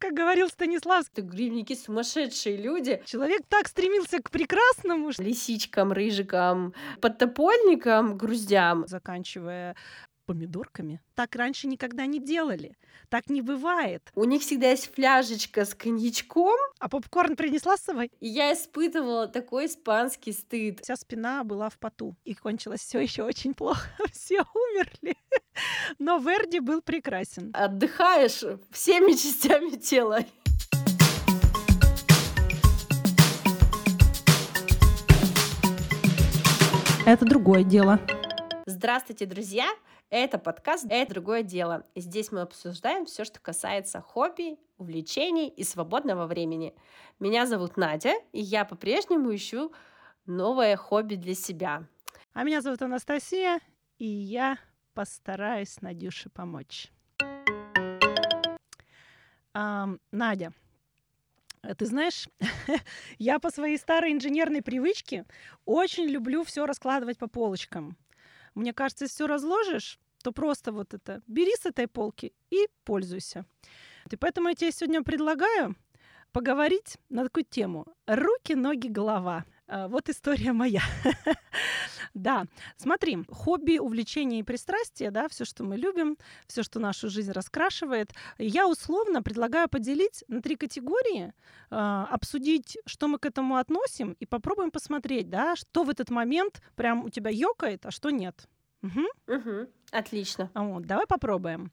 как говорил Станиславский, Грибники сумасшедшие люди. человек так стремился к прекрасному, Лисичкам, рыжикам, подтопольникам, груздям. заканчивая помидорками. Так раньше никогда не делали. Так не бывает. У них всегда есть фляжечка с коньячком, А попкорн принесла с собой? и я испытывала такой испанский стыд. Вся спина была в поту. И кончилось все еще очень плохо. Все умерли. Но Верди был прекрасен. Отдыхаешь всеми частями тела. Это другое дело. Здравствуйте, друзья! Это подкаст «Это другое дело». И здесь мы обсуждаем все, что касается хобби, увлечений и свободного времени. Меня зовут Надя, и я по-прежнему ищу новое хобби для себя. А меня зовут Анастасия, и я постараюсь Надюше помочь. Надя, ты знаешь, я по своей старой инженерной привычке очень люблю все раскладывать по полочкам. Мне кажется, если все разложишь, то просто вот это бери с этой полки и пользуйся. И поэтому я тебе сегодня предлагаю поговорить на такую тему: руки, ноги, голова. Вот история моя. Да, смотри, хобби, увлечения и пристрастия, да, все, что мы любим, все, что нашу жизнь раскрашивает, я условно предлагаю поделить на 3 категории, обсудить, что мы к этому относим, и попробуем посмотреть, да, что в этот момент прям у тебя ёкает, а что нет. Мгм. Отлично. Вот, давай попробуем.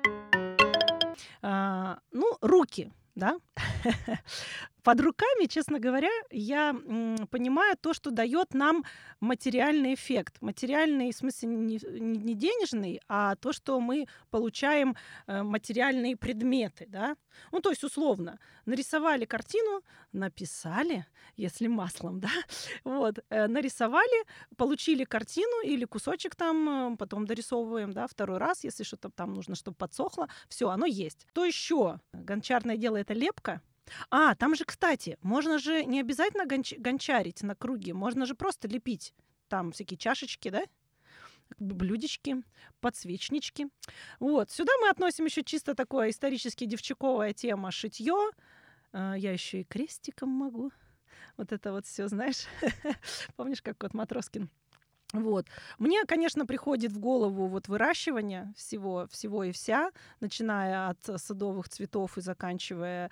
Руки, да. Под руками, честно говоря, я понимаю то, что дает нам материальный эффект. Материальный, в смысле, не денежный, а то, что мы получаем материальные предметы, да. Ну, то есть, условно, нарисовали картину, написали, если маслом, да, вот, нарисовали, получили картину или кусочек там, потом дорисовываем, да, второй раз, если что-то там нужно, чтобы подсохло, все, оно есть. То еще гончарное дело — это лепка. Там же, кстати, можно же не обязательно гончарить на круге, можно же просто лепить. Там всякие чашечки, да, блюдечки, подсвечнички. Вот. Сюда мы относим еще чисто такое исторически девчаковая тема — шитье. Я еще и крестиком могу. Вот это вот все, знаешь. Помнишь, как кот Матроскин? Вот. Мне, конечно, приходит в голову вот выращивание всего и вся, начиная от садовых цветов и заканчивая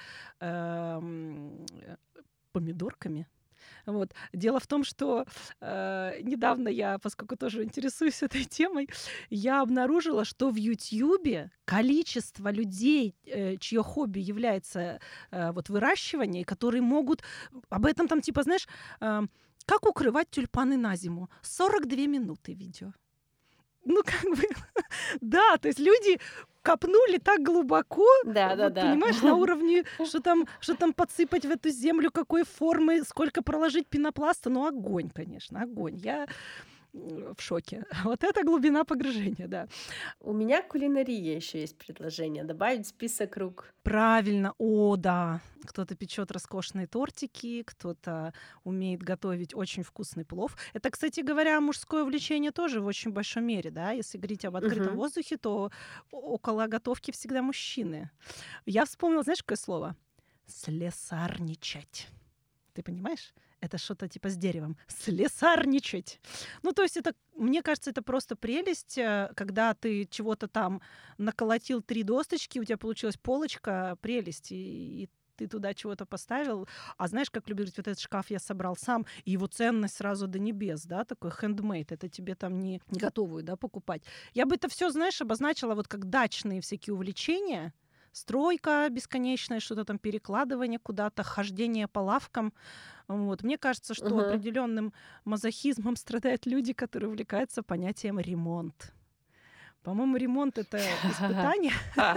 помидорками. Вот. Дело в том, что недавно я, поскольку тоже интересуюсь этой темой, я обнаружила, что в Ютьюбе количество людей, чье хобби является вот выращивание, которые могут об этом там типа, знаешь, как укрывать тюльпаны на зиму? 42 минуты видео. Ну, как бы, да, то есть люди копнули так глубоко, Да. понимаешь, на уровне, что там подсыпать в эту землю, какой формы, сколько проложить пенопласта. Ну, огонь, конечно, огонь. Я в шоке. Вот это глубина погружения, да. У меня к кулинарии еще есть предложение. Добавить в список рук. Правильно, да. Кто-то печет роскошные тортики, кто-то умеет готовить очень вкусный плов. Это, кстати говоря, мужское увлечение тоже в очень большой мере, да. Если говорить об открытом воздухе, то около готовки всегда мужчины. Я вспомнила, знаешь, какое слово? Слесарничать. Ты понимаешь? Это что-то типа с деревом. Слесарничать. Ну, то есть это, мне кажется, это просто прелесть, когда ты чего-то там наколотил 3 досточки, у тебя получилась полочка, прелесть, и ты туда чего-то поставил. А знаешь, как люблю говорить, вот этот шкаф я собрал сам, и его ценность сразу до небес, да, такой хендмейд, это тебе там не готовую, да, покупать. Я бы это все, знаешь, обозначила вот как дачные всякие увлечения, стройка бесконечная, что-то там перекладывание куда-то, хождение по лавкам. Вот. Мне кажется, что определенным мазохизмом страдают люди, которые увлекаются понятием ремонт. По-моему, ремонт — это испытание.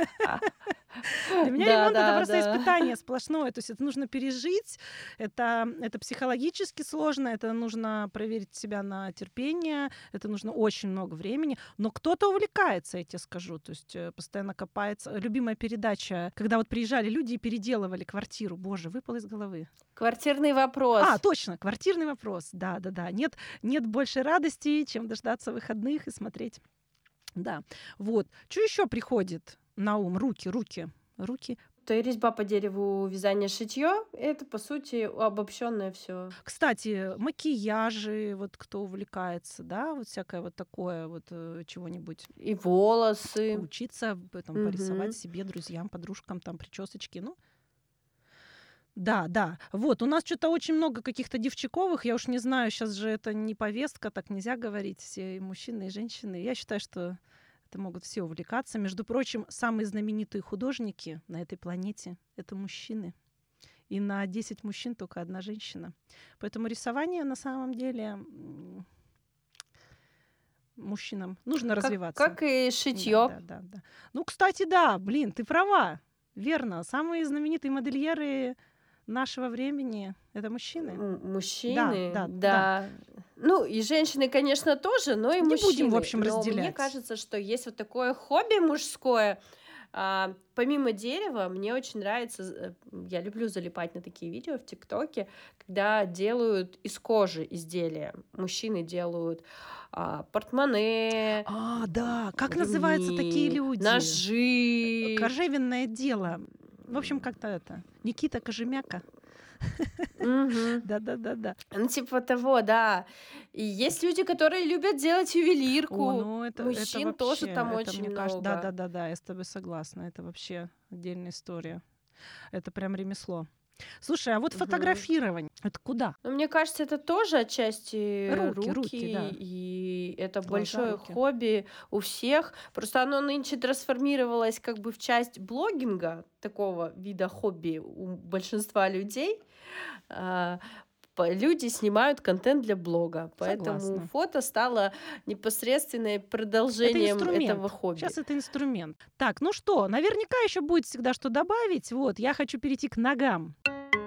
Для меня ремонт — это просто испытание сплошное. То есть это нужно пережить, это психологически сложно, это нужно проверить себя на терпение, это нужно очень много времени. Но кто-то увлекается, я тебе скажу. То есть постоянно копается. Любимая передача, когда вот приезжали люди и переделывали квартиру. Боже, выпал из головы. Квартирный вопрос. Точно, квартирный вопрос. Да. Нет большей радости, чем дождаться выходных и смотреть. Да, вот. Что еще приходит на ум? Руки. резьба по дереву, вязание, шитье — это, по сути, обобщенное все. Кстати, макияжи, вот кто увлекается, да, вот всякое вот такое вот чего-нибудь. И волосы. Поучиться, потом порисовать Мгм. себе, друзьям, подружкам, там, причесочки. Ну, да, да. Вот, у нас что-то очень много каких-то девчиковых, я уж не знаю, сейчас же это не повестка, так нельзя говорить, все и мужчины, и женщины. Я считаю, что это могут все увлекаться. Между прочим, самые знаменитые художники на этой планете — это мужчины. И на 10 мужчин только одна женщина. Поэтому рисование на самом деле мужчинам нужно развиваться. Как и Да, шитье. да, да, да. Ну, кстати, да, блин, ты права. Верно. Самые знаменитые модельеры нашего времени — это мужчины. Да, Мужчины, да, да. да. Ну, и женщины, конечно, тоже, но и Не будем, в мужчины. общем, Но мне разделять. кажется, что есть вот такое хобби мужское. Помимо дерева, мне очень нравится, я люблю залипать на такие видео в ТикТоке, когда делают из кожи изделия. Мужчины делают портмоне, Да, как называются такие ремни, люди? ножи. Кожевенное дело. В общем, как-то это. Никита Кожемяка. Мгм. Да-да-да-да. Ну, типа того, да. И есть люди, которые любят делать ювелирку. Ну это Мужчин вообще, тоже там это очень мне кажется, много. да-да-да-да, я с тобой согласна. Это вообще отдельная история. Это прям ремесло. Слушай, а вот Мгм. фотографирование — это куда? Но мне кажется, это тоже отчасти Руки, да. и это Глаза, большое руки. хобби у всех. Просто оно нынче трансформировалось как бы в часть блогинга, такого вида хобби у большинства людей. А, Люди снимают контент для блога, поэтому Согласна. фото стало непосредственным Это продолжением этого инструмент. хобби. Сейчас это инструмент. Так, ну что, наверняка еще будет всегда что добавить. Вот, я хочу перейти к ногам.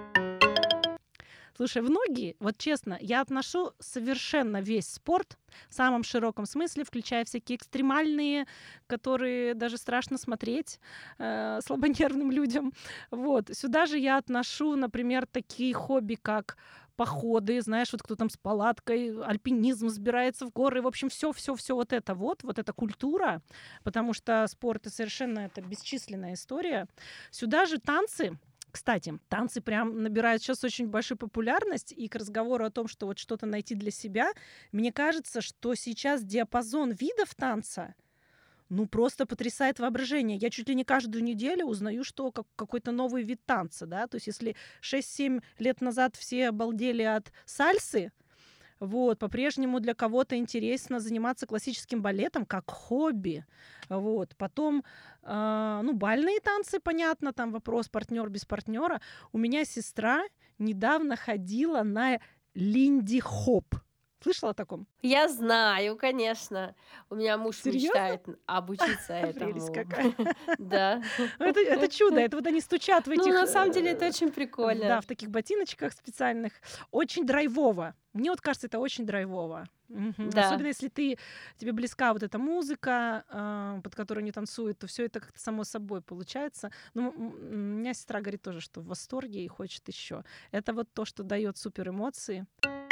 Слушай, в ноги, вот честно, я отношу совершенно весь спорт в самом широком смысле, включая всякие экстремальные, которые даже страшно смотреть слабонервным людям. Вот. Сюда же я отношу, например, такие хобби, как походы, знаешь, вот кто там с палаткой, альпинизм, сбирается в горы, в общем, все вот это вот эта культура, потому что спорт — это совершенно это бесчисленная история. Сюда же танцы. Кстати, танцы прям набирают сейчас очень большую популярность, и к разговору о том, что вот что-то найти для себя, мне кажется, что сейчас диапазон видов танца, ну, просто потрясает воображение. Я чуть ли не каждую неделю узнаю, что какой-то новый вид танца, да, то есть если 6-7 лет назад все обалдели от сальсы, вот, по-прежнему для кого-то интересно заниматься классическим балетом как хобби. Вот. Потом, ну, бальные танцы, понятно, там вопрос партнер без партнера. У меня сестра недавно ходила на линди-хоп. Слышала о таком? Я знаю, конечно. У меня муж Серьезно? мечтает обучиться Прелесть этому. какая. Да. Ну, это чудо. Это вот они стучат в Ну, этих... на самом деле, это очень Да, прикольно. в таких ботиночках специальных. Очень драйвово. Мне вот кажется, это очень драйвово. Особенно Да. если тебе близка вот эта музыка, под которую они танцуют, то все это как-то само собой получается. Ну, у меня сестра говорит тоже, что в восторге и хочет еще. Это вот то, что дает супер эмоции.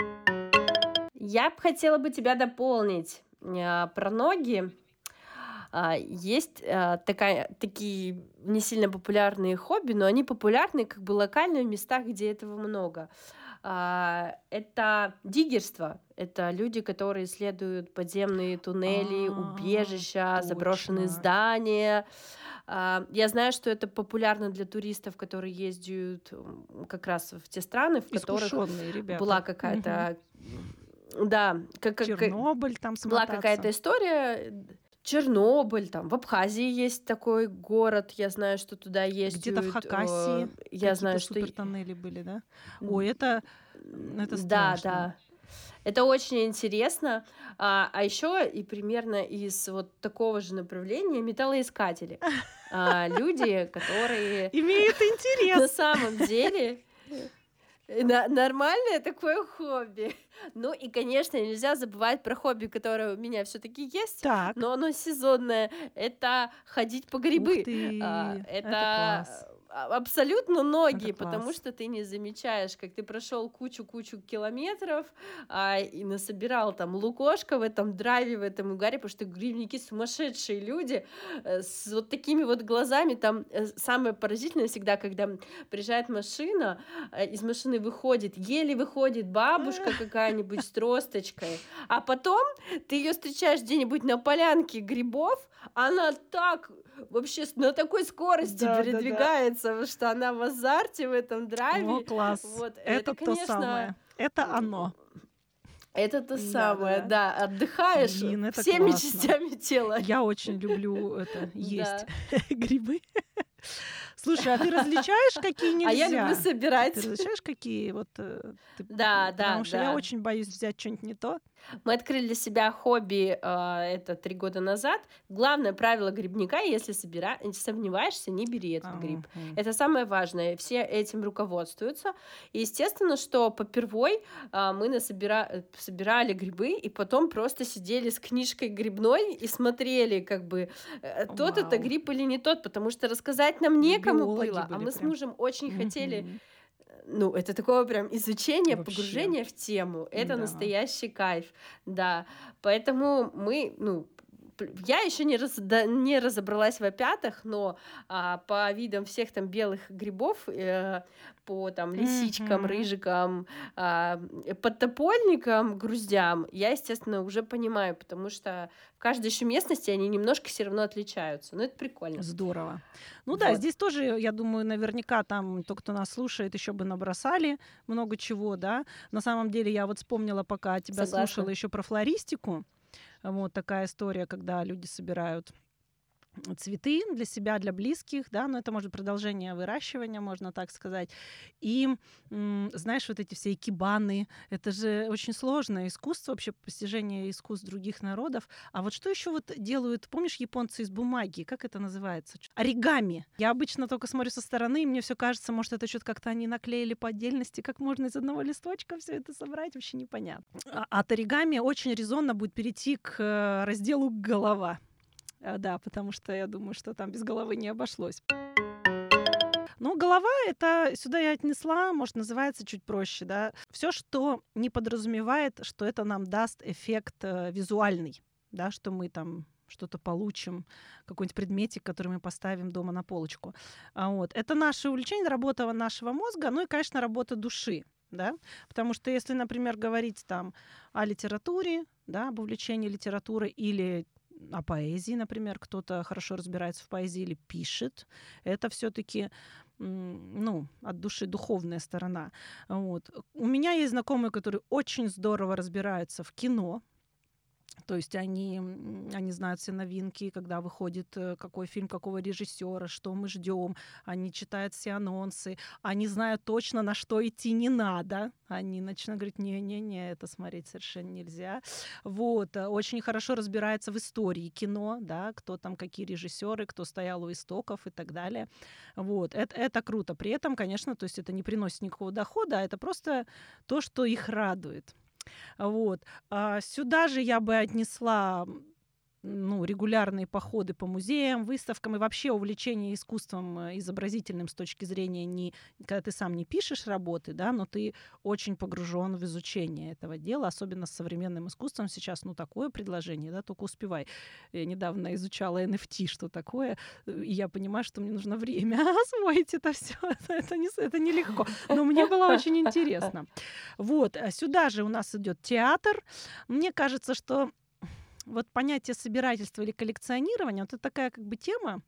Я бы хотела бы тебя дополнить про ноги. Есть такие не сильно популярные хобби, но они популярны как бы локально в местах, где этого много. Это диггерство. Это люди, которые исследуют подземные туннели, убежища, заброшенные Точно. здания. Я знаю, что это популярно для туристов, которые ездят как раз в те страны, в которых Искушенные ребята. была какая-то... Да, Чернобыль там была какая-то смотаться. история. Чернобыль, там в Абхазии есть такой город, я знаю, что туда ездят. Где-то в Хакассии Я знаю, какие-то что... супертоннели были, да? Ой, это Да, страшно. да. Это очень интересно. А еще и примерно из вот такого же направления металлоискатели. Люди, которые Имеет на интерес. самом деле... Нормальное такое хобби. Ну и, конечно, нельзя забывать про хобби, которое у меня все-таки есть, Так. но оно сезонное. Это ходить по грибы. Ух ты, это Это класс. абсолютно Это многие, потому класс. что ты не замечаешь, как ты прошел кучу-кучу километров, и насобирал там лукошко в этом драйве, в этом угаре, потому что грибники сумасшедшие люди, с вот такими вот глазами. Там самое поразительное всегда, когда приезжает машина, из машины выходит, еле выходит бабушка какая-нибудь с тросточкой, а потом ты ее встречаешь где-нибудь на полянке грибов, она так вообще на такой скорости Да-да-да. передвигается, потому что она в азарте, в этом О, драйве. класс. Вот, это, Это то конечно, самое. Это м, оно. это то самое, Да-да-да. да, отдыхаешь Блин, это всеми классно. частями тела. Я очень люблю это есть Да. грибы. Слушай, а ты различаешь, какие А я люблю нельзя? Ты собирать. различаешь, какие вот Да, да, потому что я да. очень боюсь взять что-нибудь не то. Мы открыли для себя хобби, это 3 года назад. Главное правило грибника: если сомневаешься, не бери этот гриб. Мгм. Это самое важное. Все этим руководствуются. И естественно, что попервой, мы собирали грибы и потом просто сидели с книжкой грибной и смотрели, как бы, тот это Вау. гриб или не тот, потому что рассказать нам Вы некому биологи было, а были мы с прям. мужем очень хотели. Мгм. Ну, это такое прям изучение, Вообще, погружение в тему. Это да. настоящий кайф, да. Поэтому мы, ну, я еще не разобралась в опятах, но по видам всех там белых грибов, по там лисичкам, Мгм. рыжикам, подтопольникам, груздям, я, естественно, уже понимаю, потому что в каждой еще местности они немножко все равно отличаются. Но это прикольно. Здорово. Ну да, Вот, здесь тоже, я думаю, наверняка там тот, кто нас слушает, еще бы набросали много чего, да. На самом деле я вот вспомнила, пока тебя слушала, согласна. еще про флористику. Вот такая история, когда люди собирают цветы для себя, для близких, да, но это может быть продолжение выращивания, можно так сказать. И, знаешь, вот эти все икебаны, это же очень сложное искусство, вообще постижение искусств других народов. А вот что еще вот делают, помнишь, японцы из бумаги, как это называется? Оригами. Я обычно только смотрю со стороны, и мне все кажется, может, это что-то как-то они наклеили по отдельности, как можно из одного листочка все это собрать, вообще непонятно. От оригами очень резонно будет перейти к разделу «голова». Да, потому что я думаю, что там без головы не обошлось. Но голова — это сюда я отнесла, может, называется чуть проще, да. Все, что не подразумевает, что это нам даст эффект, визуальный, да, что мы там что-то получим, какой-нибудь предметик, который мы поставим дома на полочку. Вот. Это наше увлечение, работа нашего мозга, ну и, конечно, работа души, да. Потому что если, например, говорить там о литературе, да, об увлечении литературой или о поэзии, например, кто-то хорошо разбирается в поэзии или пишет, это все-таки ну, от души духовная сторона. Вот. У меня есть знакомые, которые очень здорово разбираются в кино, то есть они знают все новинки, когда выходит какой фильм, какого режиссера, что мы ждем. Они читают все анонсы. Они знают точно, на что идти не надо. Они начинают говорить, не-не-не, это смотреть совершенно нельзя. Вот. Очень хорошо разбирается в истории кино, да, кто там, какие режиссеры, кто стоял у истоков и так далее. Вот. Это круто. При этом, конечно, то есть это не приносит никакого дохода, а это просто то, что их радует. Вот. Сюда же я бы отнесла, ну, регулярные походы по музеям, выставкам и вообще увлечение искусством изобразительным с точки зрения не когда ты сам не пишешь работы, да, но ты очень погружен в изучение этого дела, особенно с современным искусством сейчас, ну, такое предложение, да, только успевай. Я недавно изучала NFT, что такое, и я понимаю, что мне нужно время освоить это все. Это нелегко, но мне было очень интересно. Вот, сюда же у нас идет театр. Мне кажется, что вот понятие собирательства или коллекционирования, вот это такая как бы тема.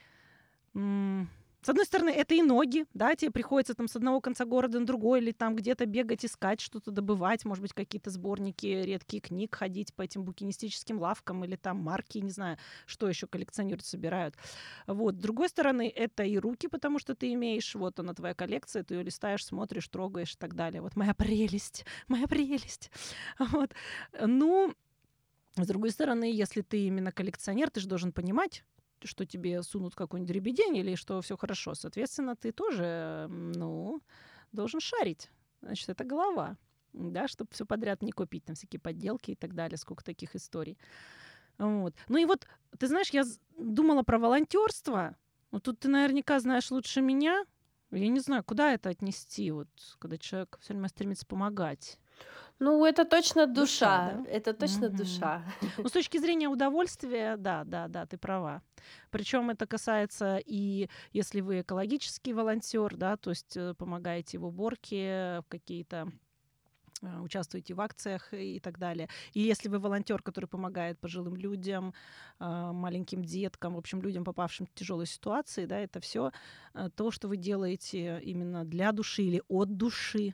С одной стороны, это и ноги, да, тебе приходится там с одного конца города на другой или там где-то бегать, искать, что-то добывать, может быть, какие-то сборники редких книг, ходить по этим букинистическим лавкам или там марки, не знаю, что еще коллекционируют, собирают. Вот. С другой стороны, это и руки, потому что ты имеешь, вот она твоя коллекция, ты ее листаешь, смотришь, трогаешь и так далее. Вот моя прелесть, моя прелесть. Вот. Ну, с другой стороны, если ты именно коллекционер, ты же должен понимать, что тебе сунут какой-нибудь дребедень или что все хорошо. Соответственно, ты тоже, ну, должен шарить. Значит, это голова, да, чтобы все подряд не купить, там всякие подделки и так далее, сколько таких историй. Вот. Ну и вот, ты знаешь, я думала про волонтерство. Ну, тут ты наверняка знаешь лучше меня. Я не знаю, куда это отнести, вот, когда человек все время стремится помогать. Ну, это точно Душа, душа, да? это точно Мгм. душа. Ну, с точки зрения удовольствия, да, да, да, ты права. Причем это касается и если вы экологический волонтер, да, то есть помогаете в уборке, в какие-то участвуете в акциях и так далее. И если вы волонтер, который помогает пожилым людям, маленьким деткам, в общем, людям, попавшим в тяжелые ситуации, да, это все то, что вы делаете именно для души или от души.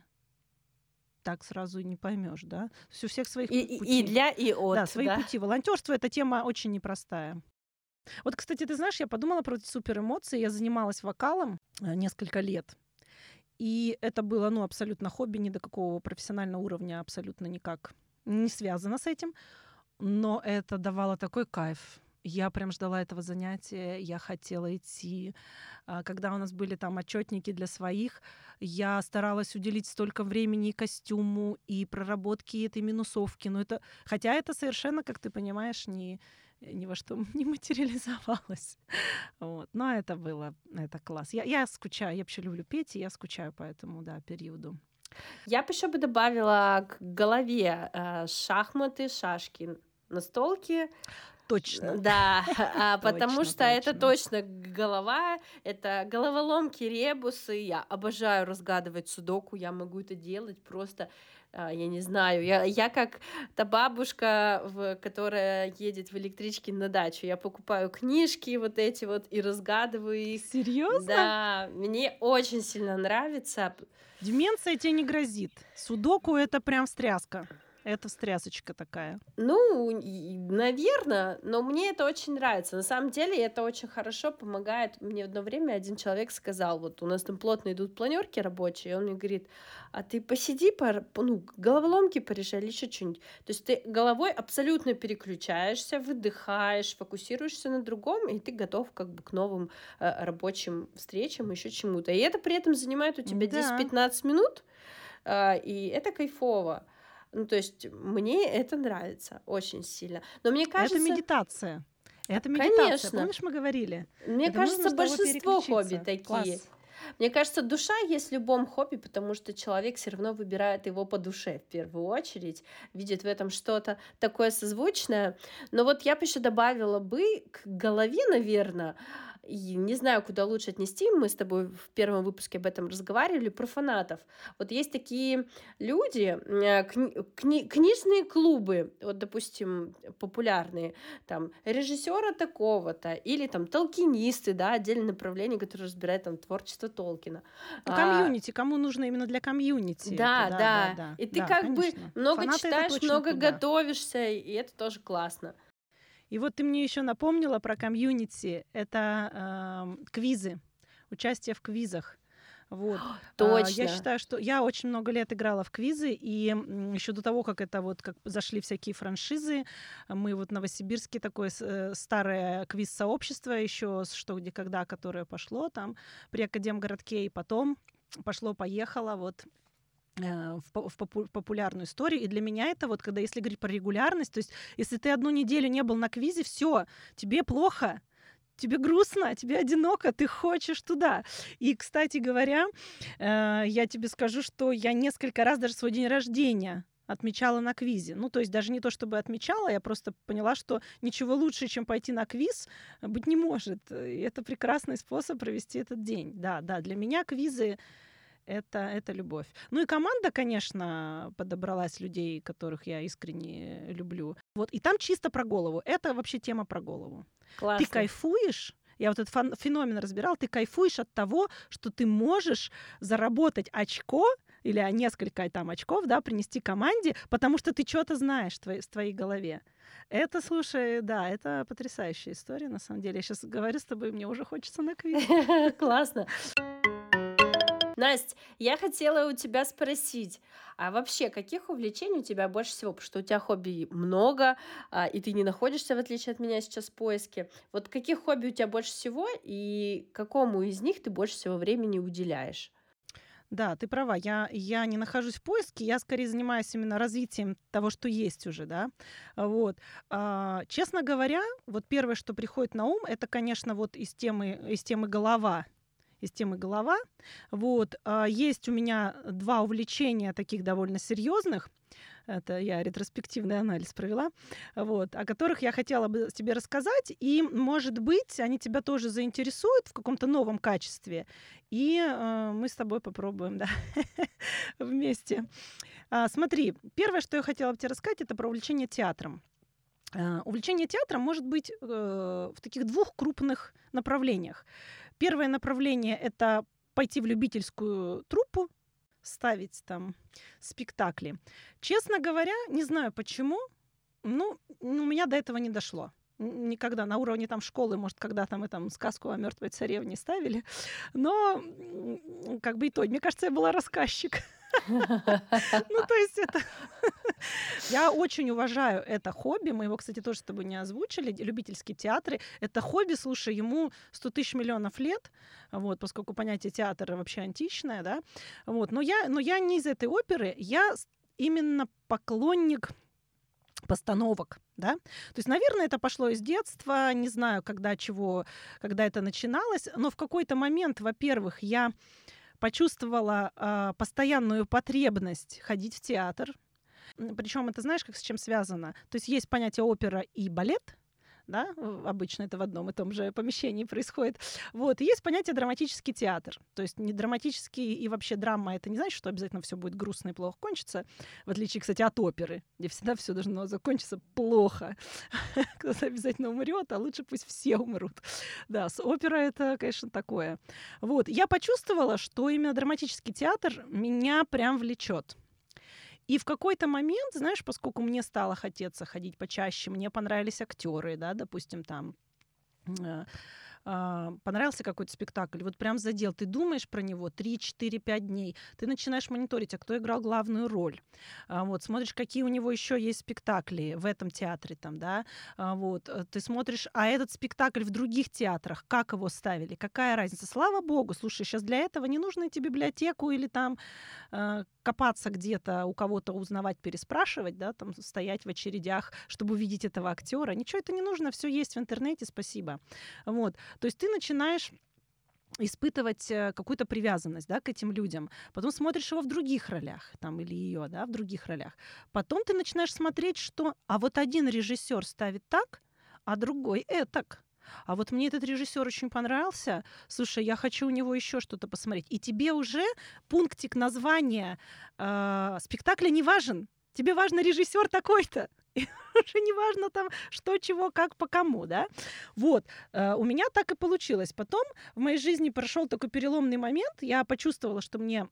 Так сразу и не поймешь, да? То есть у всех своих И пути. для, и Да, от, свои да. пути. Волонтерство это тема очень непростая. Вот, кстати, ты знаешь, я подумала про эти суперэмоции. Я занималась вокалом несколько лет. И это было, ну, абсолютно хобби, ни до какого профессионального уровня абсолютно никак не связано с этим. Но это давало такой кайф. Я прям ждала этого занятия, я хотела идти. Когда у нас были там отчетники для своих, я старалась уделить столько времени и костюму, и проработке этой минусовки. Но это, хотя это совершенно, как ты понимаешь, ни во что не материализовалось. Вот. Но это было, это класс. Я скучаю, я вообще люблю петь, и я скучаю по этому, да, периоду. Я бы еще бы добавила к голове шахматы, шашки, настолки. Точно, Да, потому точно, что это точно. точно голова, это головоломки, ребусы. Я обожаю разгадывать судоку, я могу это делать просто, я не знаю, я как та бабушка, которая едет в электричке на дачу. Я покупаю книжки вот эти вот и разгадываю их. Серьезно? Да, мне очень сильно нравится. Деменция тебе не грозит. Судоку это прям встряска. Это встрясочка такая. Ну, наверное, но мне это очень нравится. На самом деле это очень хорошо помогает. Мне одно время один человек сказал, вот у нас там плотно идут планерки рабочие, и он мне говорит, а ты посиди, ну, головоломки порешай или еще что-нибудь. То есть ты головой абсолютно переключаешься, выдыхаешь, фокусируешься на другом, и ты готов как бы к новым рабочим встречам, еще чему-то. И это при этом занимает у тебя Да, 10-15 минут, и это кайфово. Ну, то есть мне это нравится очень сильно. Но мне это кажется, медитация. Это медитация. конечно, Помнишь, мы говорили? мне Это нужно, кажется, чтобы большинство хобби переключиться. такие. Класс. Мне кажется, душа есть в любом хобби, потому что человек все равно выбирает его по душе в первую очередь, видит в этом что-то такое созвучное. Но вот я бы еще добавила бы к голове, наверное, и не знаю, куда лучше отнести, мы с тобой в первом выпуске об этом разговаривали, про фанатов. Вот есть такие люди, книжные клубы, вот, допустим, популярные, там, режиссера такого-то, или там толкинисты, да, отдельное направление, которое разбирает там творчество Толкина. Ну, А, комьюнити. Кому нужно именно для комьюнити это? да, Да, да, да. да. И ты Да, как бы конечно. много Фанаты это читаешь, точно много туда. готовишься, и это тоже классно. И вот ты мне еще напомнила про комьюнити. Это квизы, участие в квизах. Вот. Я Точно. считаю, что я очень много лет играла в квизы, и еще до того, как это вот как зашли всякие франшизы, мы вот в Новосибирске такое старое квиз-сообщество еще «Что, где, когда», которое пошло там при Академгородке, и потом пошло-поехало вот в популярную историю. И для меня это вот, когда если говорить про регулярность, то есть если ты одну неделю не был на квизе, все, тебе плохо, тебе грустно, тебе одиноко, ты хочешь туда. И, кстати говоря, я тебе скажу, что я несколько раз даже свой день рождения отмечала на квизе. Ну, то есть даже не то, чтобы отмечала, я просто поняла, что ничего лучше, чем пойти на квиз, быть не может. И это прекрасный способ провести этот день. Да, да, для меня квизы это любовь. Ну и команда, конечно, подобралась людей, которых я искренне люблю. Вот, и там чисто про голову. Это вообще тема про голову. Ты Классно. кайфуешь, я вот этот феномен разбирала, ты кайфуешь от того, что ты можешь заработать очко или несколько там очков, да, принести команде, потому что ты что-то знаешь в твоей голове. Это, слушай, да, это потрясающая история, на самом деле. Я сейчас говорю с тобой, мне уже хочется на квиз. Классно. Настя, я хотела у тебя спросить, а вообще каких увлечений у тебя больше всего? Потому что у тебя хобби много, и ты не находишься, в отличие от меня, сейчас в поиске. Вот каких хобби у тебя больше всего, и какому из них ты больше всего времени уделяешь? Да, ты права. Я не нахожусь в поиске, я скорее занимаюсь именно развитием того, что есть уже, да. Вот. Честно говоря, вот первое, что приходит на ум, это, конечно, вот из темы голова. Из темы голова. Вот. Есть у меня 2 увлечения таких довольно серьезных. Это я ретроспективный анализ провела, вот, о которых я хотела бы тебе рассказать. И, может быть, они тебя тоже заинтересуют в каком-то новом качестве. И мы с тобой попробуем, да, вместе. Смотри, первое, что я хотела бы тебе рассказать, это про увлечение театром. Увлечение театром может быть в таких 2 крупных направлениях. Первое направление — это пойти в любительскую труппу, ставить там спектакли. Честно говоря, не знаю почему, у меня до этого не дошло. Никогда на уровне там школы, может, когда-то мы там сказку о мертвой царевне ставили, но как бы и то. Мне кажется, я была рассказчик. То есть это я очень уважаю это хобби. Мы его, кстати, тоже с тобой не озвучили. Любительские театры. Это хобби, слушай, ему 100 тысяч миллионов лет, вот, поскольку понятие театра вообще античное, да. Вот. Но я не из этой оперы, я именно поклонник постановок, да. То есть, наверное, это пошло из детства, не знаю, когда это начиналось, но в какой-то момент, во-первых, я почувствовала постоянную потребность ходить в театр. Причем это, знаешь, как с чем связано? То есть понятие опера и балет, да, обычно это в одном и том же помещении происходит. Вот, и есть понятие драматический театр. То есть не драматический и вообще драма — это не значит, что обязательно все будет грустно и плохо кончится, в отличие, кстати, от оперы, где всегда все должно закончиться плохо. Кто-то обязательно умрет, а лучше пусть все умрут. Да, с оперой это, конечно, такое. Вот, я почувствовала, что именно драматический театр меня прям влечет. И в какой-то момент, знаешь, поскольку мне стало хотеться ходить почаще, мне понравились актеры, да, допустим, там э, понравился какой-то спектакль, вот прям задел, ты думаешь про него 3, 4, 5 дней, ты начинаешь мониторить, а кто играл главную роль, вот, смотришь, какие у него еще есть спектакли в этом театре, там, да, вот, ты смотришь, а этот спектакль в других театрах, как его ставили, какая разница, слава богу, слушай, сейчас для этого не нужно идти в библиотеку или там копаться где-то, у кого-то узнавать, переспрашивать, да, там стоять в очередях, чтобы увидеть этого актера. Ничего это не нужно, все есть в интернете, спасибо. Вот. То есть ты начинаешь испытывать какую-то привязанность, да, к этим людям. Потом смотришь его в других ролях, там, или ее, да, в других ролях. Потом ты начинаешь смотреть, что вот один режиссер ставит так, а другой этак. А вот мне этот режиссер очень понравился. Слушай, я хочу у него еще что-то посмотреть. И тебе уже пунктик названия спектакля не важен. Тебе важен режиссер такой-то. И уже не важно там, что, чего, как, по кому, да. Вот. У меня так и получилось. Потом в моей жизни прошел такой переломный момент. Я почувствовала, что мне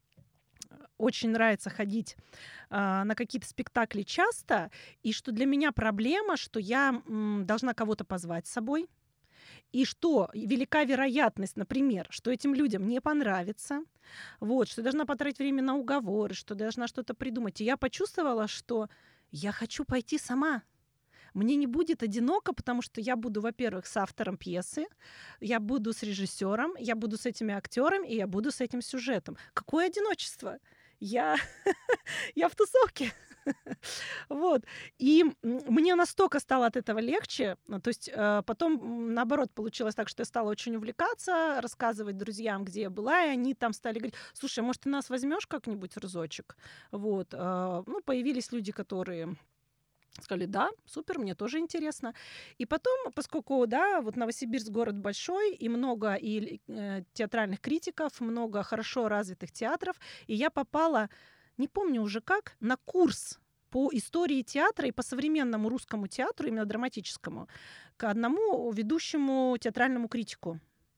очень нравится ходить на какие-то спектакли часто, и что для меня проблема, что я должна кого-то позвать с собой, и что велика вероятность, например, что этим людям не понравится, вот, что я должна потратить время на уговоры, что должна что-то придумать. И я почувствовала, что я хочу пойти сама. Мне не будет одиноко, потому что я буду, во-первых, с автором пьесы, я буду с режиссером, я буду с этими актерами, и я буду с этим сюжетом. Какое одиночество? Я я в тусовке. Вот. И мне настолько стало от этого легче. То есть потом, наоборот, получилось так, что я стала очень увлекаться, рассказывать друзьям, где я была, и они там стали говорить: слушай, может, ты нас возьмешь как-нибудь разочек? Вот. Появились люди, которые сказали: да, супер, мне тоже интересно. И потом, поскольку, да, вот Новосибирск город большой, и много театральных критиков, много хорошо развитых театров, и я попала, не помню уже как, на курс по истории театра и по современному русскому театру, именно драматическому, к одному ведущему театральному критику.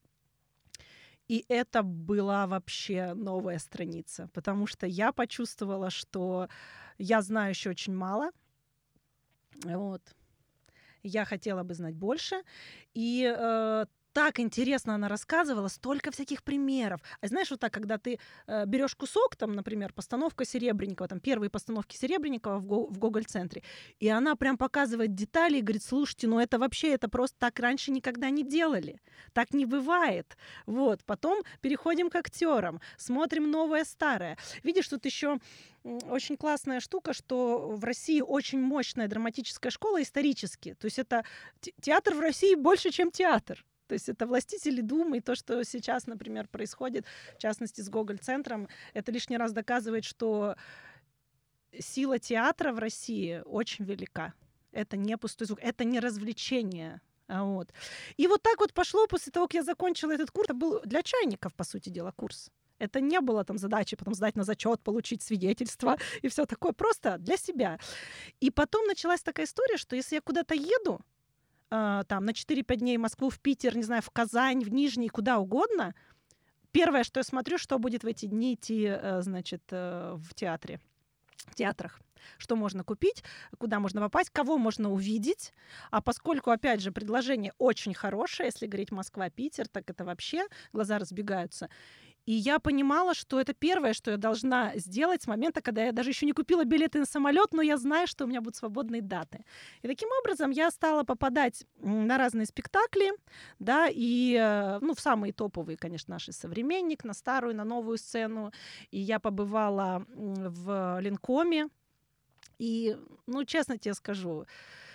И это была вообще новая страница, потому что я почувствовала, что я знаю еще очень мало. Вот. Я хотела бы знать больше. И так интересно она рассказывала, столько всяких примеров. А знаешь, вот так, когда ты берешь кусок, там, например, постановка Серебренникова, там первые постановки Серебренникова в Гоголь-центре, и она прям показывает детали и говорит: слушайте, ну это вообще, это просто так раньше никогда не делали. Так не бывает. Вот. Потом переходим к актерам, смотрим новое, старое. Видишь, тут еще очень классная штука, что в России очень мощная драматическая школа исторически. То есть это театр в России больше, чем театр. То есть это властители думы, и то, что сейчас, например, происходит, в частности, с Гоголь-центром, это лишний раз доказывает, что сила театра в России очень велика. Это не пустой звук, это не развлечение. Вот. И вот так вот пошло после того, как я закончила этот курс. Это был для чайников, по сути дела, курс. Это не было там задачи потом сдать на зачет, получить свидетельство и все такое. Просто для себя. И потом началась такая история, что если я куда-то еду, там на 4-5 дней в Москву, в Питер, не знаю, в Казань, в Нижний, куда угодно, первое, что я смотрю, что будет в эти дни идти, значит, в театре, в театрах. Что можно купить, куда можно попасть, кого можно увидеть. А поскольку, опять же, предложение очень хорошее, если говорить Москва-Питер, так это вообще глаза разбегаются. И я понимала, что это первое, что я должна сделать с момента, когда я даже еще не купила билеты на самолет, но я знаю, что у меня будут свободные даты. И таким образом я стала попадать на разные спектакли, да, и, в самые топовые, конечно, наши «Современник», на старую, на новую сцену. И я побывала в Ленкоме. И, честно тебе скажу,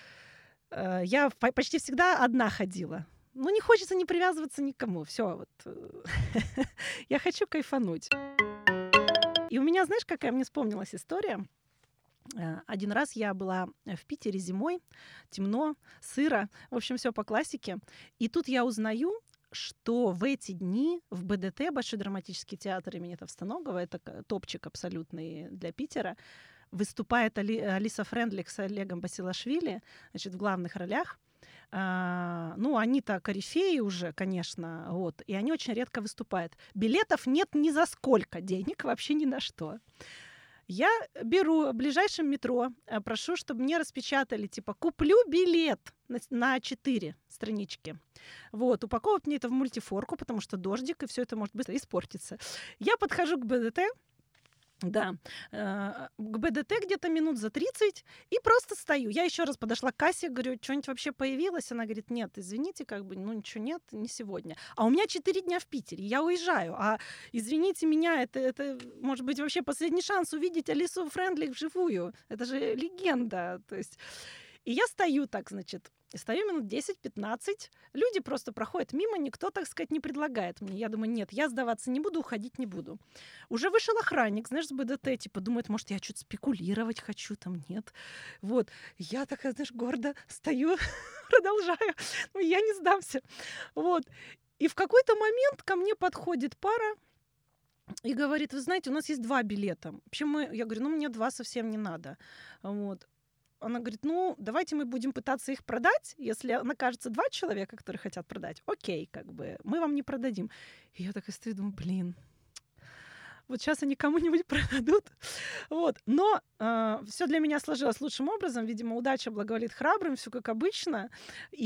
я почти всегда одна ходила. Не хочется не привязываться никому. Все, вот. Я хочу кайфануть. И у меня, знаешь, какая мне вспомнилась история? Один раз я была в Питере зимой, темно, сыро, в общем, все по классике. И тут я узнаю, что в эти дни в БДТ, Большой драматический театр имени Товстоногова, это топчик абсолютный для Питера, выступает Алиса Френдлих с Олегом Басилашвили, значит, в главных ролях. Они-то корифеи уже, конечно, вот, и они очень редко выступают. Билетов нет ни за сколько денег, вообще ни на что. Я беру в ближайшем метро, прошу, чтобы мне распечатали, типа, куплю билет на 4 странички. Вот, упаковывают мне это в мультифорку, потому что дождик, и все это может быстро испортиться. Я подхожу к БДТ, да, к БДТ где-то минут за 30 и просто стою. Я еще раз подошла к кассе, говорю: что-нибудь вообще появилось? Она говорит: нет, извините, ничего нет, не сегодня. А у меня 4 дня в Питере, я уезжаю. А извините меня, это может быть вообще последний шанс увидеть Алису Френдлих вживую. Это же легенда. То есть... И я стою так, значит, стою минут 10-15, люди просто проходят мимо, никто, так сказать, не предлагает мне. Я думаю, нет, я сдаваться не буду, уходить не буду. Уже вышел охранник, знаешь, с БДТ, типа, думает, может, я что-то спекулировать хочу, там, нет. Вот, я такая, знаешь, гордо стою, продолжаю, я не сдамся. Вот, и в какой-то момент ко мне подходит пара и говорит: вы знаете, у нас есть 2 билета. Я говорю, мне 2 совсем не надо. Вот. Она говорит: давайте мы будем пытаться их продать. Если окажется 2 человека, которые хотят продать, окей, мы вам не продадим. И я такая стою, думаю, вот сейчас они кому-нибудь продадут. Вот. Но все для меня сложилось лучшим образом. Видимо, удача благоволит храбрым, все как обычно. И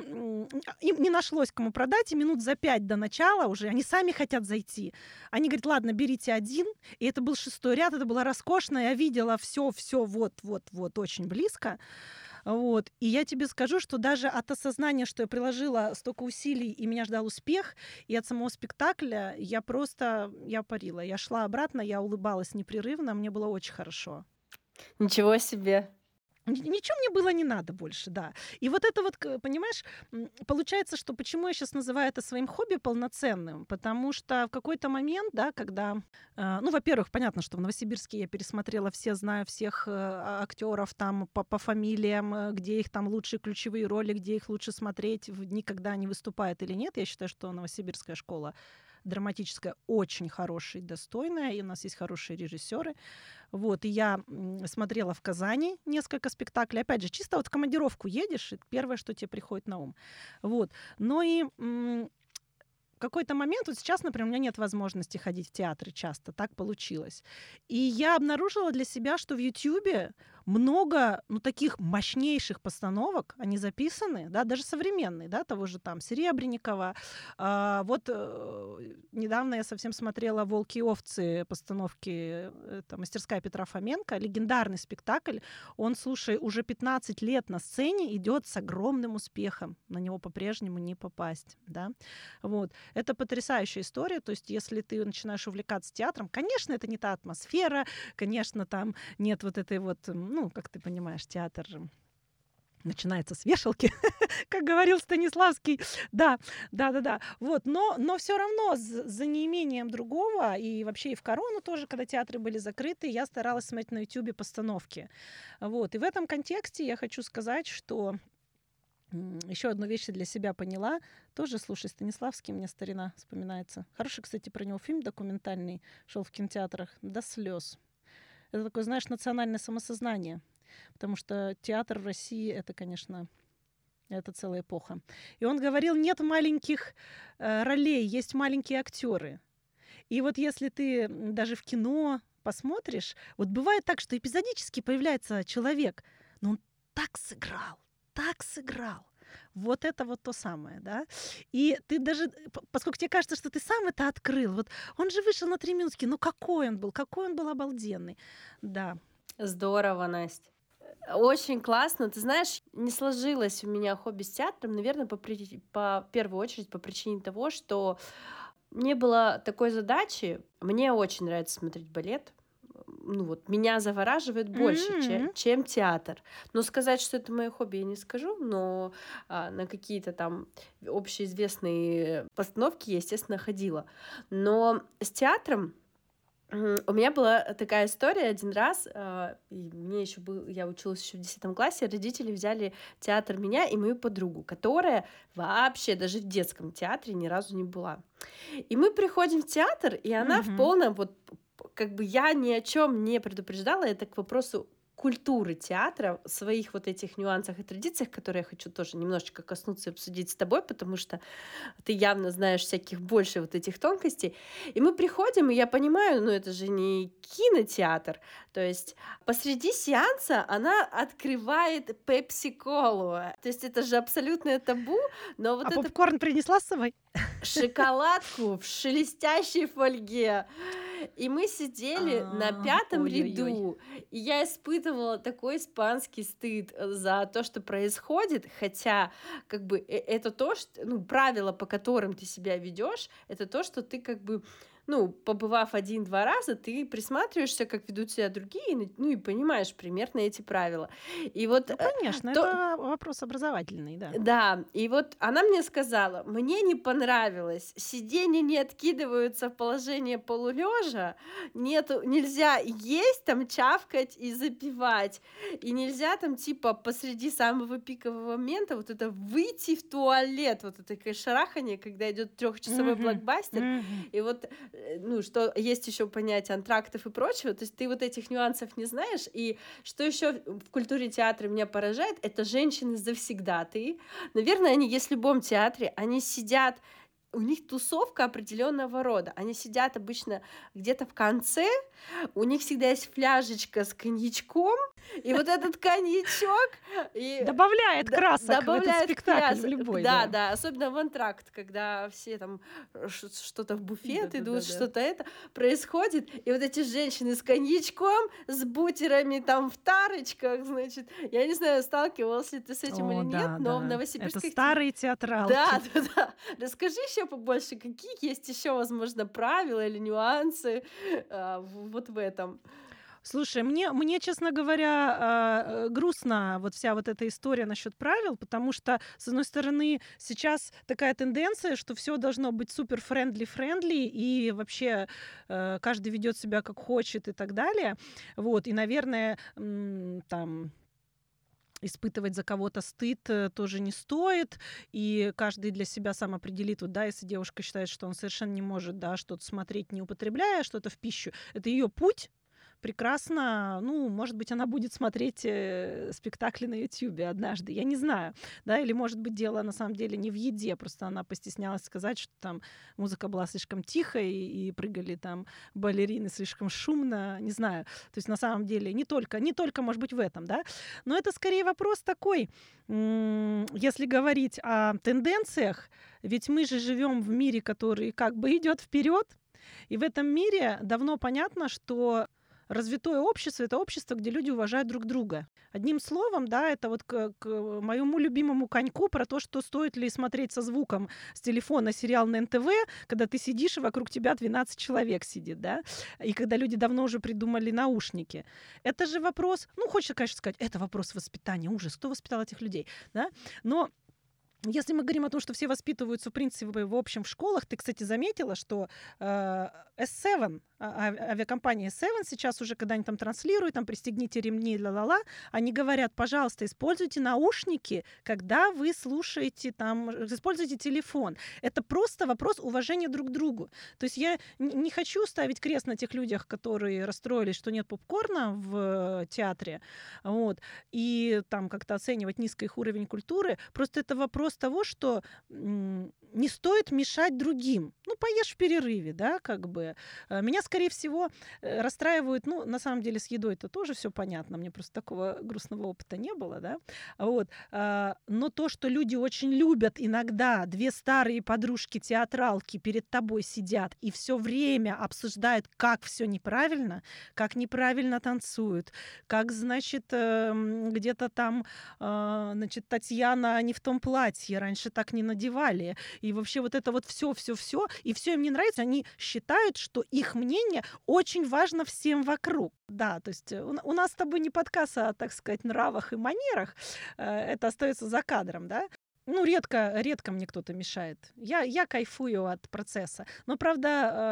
им не нашлось кому продать. И минут за 5 до начала уже они сами хотят зайти. Они говорят: ладно, берите 1. И это был 6-й ряд, это было роскошно. Я видела все вот очень близко. Вот. И я тебе скажу, что даже от осознания, что я приложила столько усилий, и меня ждал успех, и от самого спектакля я парила. Я шла обратно, я улыбалась непрерывно, мне было очень хорошо. Ничего себе! Ничего мне было не надо больше, да. И вот это вот, понимаешь, получается, что почему я сейчас называю это своим хобби полноценным? Потому что в какой-то момент, да, когда... во-первых, понятно, что в Новосибирске я пересмотрела знаю всех актеров там по фамилиям, где их там лучшие ключевые роли, где их лучше смотреть в дни, когда они выступают или нет. Я считаю, что Новосибирская школа драматическая очень хорошая и достойная, и у нас есть хорошие режиссеры. Вот, и я смотрела в Казани несколько спектаклей. Опять же, чисто вот в командировку едешь, и первое, что тебе приходит на ум. Вот. Но и какой-то момент, вот сейчас, например, у меня нет возможности ходить в театры часто, так получилось. И я обнаружила для себя, что в Ютьюбе много, ну, таких мощнейших постановок, они записаны, да, даже современные, да, того же там Серебренникова. Недавно я совсем смотрела «Волки и овцы» постановки, это мастерская Петра Фоменко, легендарный спектакль. Он, слушай, уже 15 лет на сцене идет с огромным успехом. На него по-прежнему не попасть, да. Вот. Это потрясающая история. То есть, если ты начинаешь увлекаться театром, конечно, это не та атмосфера, конечно, там нет вот этой вот, ну, как ты понимаешь, театр начинается с вешалки, как говорил Станиславский. Да, да. Вот, но все равно за неимением другого, и вообще и в корону тоже, когда театры были закрыты, я старалась смотреть на Ютубе постановки. Вот, и в этом контексте я хочу сказать, что еще одну вещь я для себя поняла. Тоже, слушай, Станиславский мне старина вспоминается. Хороший, кстати, про него фильм документальный шел в кинотеатрах до слез. Это такое, знаешь, национальное самосознание. Потому что театр в России — это, конечно, это целая эпоха. И он говорил, нет маленьких ролей, есть маленькие актеры. И вот если ты даже в кино посмотришь, вот бывает так, что эпизодически появляется человек, но он так сыграл. Вот это вот то самое, да. И ты даже, поскольку тебе кажется, что ты сам это открыл, вот он же вышел на 3 минутки, ну какой он был обалденный. Да. Здорово, Настя. Очень классно. Ты знаешь, не сложилось у меня хобби с театром, наверное, по первую очередь по причине того, что не было такой задачи. Мне очень нравится смотреть балет. Ну вот, меня завораживает больше, чем театр. Но сказать, что это мое хобби, я не скажу, но на какие-то там общеизвестные постановки я, естественно, ходила. Но с театром у меня была такая история один раз, и мне еще я училась еще в 10 классе, родители взяли в театр меня и мою подругу, которая вообще даже в детском театре ни разу не была. И мы приходим в театр, и она в полном, вот как бы я ни о чем не предупреждала, это к вопросу культуры театра, своих вот этих нюансах и традициях, которые я хочу тоже немножечко коснуться и обсудить с тобой, потому что ты явно знаешь всяких больше вот этих тонкостей. И мы приходим, и я понимаю, ну это же не кинотеатр, то есть посреди сеанса она открывает пепси-колу, то есть это же абсолютное табу, но вот это... попкорн принесла с собой? Шоколадку в шелестящей фольге. И мы сидели на 5-м ряду, и я испытывала такой испанский стыд за то, что происходит, хотя как бы это то, что, ну, правила, по которым ты себя ведешь, это то, что ты как бы, ну, побывав 1-2 раза, ты присматриваешься, как ведут себя другие, ну, и понимаешь примерно эти правила. И вот, ну, конечно, это вопрос образовательный, да. Да, и вот она мне сказала, мне не понравилось, сиденья не откидываются в положение полулежа, нельзя есть там, чавкать и запивать, и нельзя там типа посреди самого пикового момента вот это выйти в туалет, вот это такое шарахание, когда идет 3-часовой блокбастер, и вот, ну, что есть еще понятие антрактов и прочего, то есть ты вот этих нюансов не знаешь, и что еще в культуре театра меня поражает, это женщины завсегдатые. Наверное, они есть в любом театре, они сидят, у них тусовка определенного рода. Они сидят обычно где-то в конце, у них всегда есть фляжечка с коньячком, и вот этот коньячок... Добавляет красок в этот спектакль, в любой. Да, особенно в антракт, когда все там что-то в буфет идут, что-то это происходит, и вот эти женщины с коньячком, с бутерами там в тарочках, значит, я не знаю, сталкивалась ли ты с этим или нет, но в Новосибирске... Это старые театралки. Да. Расскажи еще побольше, какие есть еще, возможно, правила или нюансы вот в этом. Слушай, мне, честно говоря, грустно вот вся вот эта история насчет правил, потому что, с одной стороны, сейчас такая тенденция, что все должно быть супер френдли, и вообще каждый ведет себя как хочет и так далее. Вот, и, наверное, там... испытывать за кого-то стыд тоже не стоит, и каждый для себя сам определит, вот, да, если девушка считает, что он совершенно не может, да, что-то смотреть, не употребляя что-то в пищу, это ее путь, прекрасно, ну, может быть, она будет смотреть спектакли на Ютьюбе однажды, я не знаю, да, или, может быть, дело на самом деле не в еде, просто она постеснялась сказать, что там музыка была слишком тихой и прыгали там балерины слишком шумно, не знаю. То есть на самом деле не только, может быть, в этом, да, но это скорее вопрос такой, если говорить о тенденциях, ведь мы же живем в мире, который как бы идет вперед, и в этом мире давно понятно, что развитое общество — это общество, где люди уважают друг друга. Одним словом, да, это вот к моему любимому коньку про то, что стоит ли смотреть со звуком с телефона сериал на НТВ, когда ты сидишь, и вокруг тебя 12 человек сидит, да, и когда люди давно уже придумали наушники. Это же вопрос, ну, хочется, конечно, сказать, это вопрос воспитания, ужас, кто воспитал этих людей, да, но если мы говорим о том, что все воспитываются, в принципе, в общем в школах, ты, кстати, заметила, что S7, авиакомпания S7 сейчас уже, когда они там транслируют, там пристегните ремни, ла-ла-ла, они говорят, пожалуйста, используйте наушники, когда вы слушаете, там, используйте телефон. Это просто вопрос уважения друг к другу. То есть я не хочу ставить крест на тех людях, которые расстроились, что нет попкорна в театре, вот, и там как-то оценивать низкий их уровень культуры. Просто это вопрос того, что не стоит мешать другим. Ну, поешь в перерыве, да, как бы. Меня, скорее всего, расстраивают, ну, на самом деле, с едой это тоже все понятно, мне просто такого грустного опыта не было, да, вот. Но то, что люди очень любят иногда, две старые подружки-театралки перед тобой сидят и все время обсуждают, как все неправильно, как неправильно танцуют, как, значит, где-то там, значит, Татьяна не в том платье, раньше так не надевали, и вообще вот это вот все, и все им не нравится, они считают, что их мнение очень важно всем вокруг. Да, то есть у нас с тобой не подкаст о, так сказать, нравах и манерах, это остается за кадром, да. Ну, редко мне кто-то мешает. Я кайфую от процесса. Но, правда,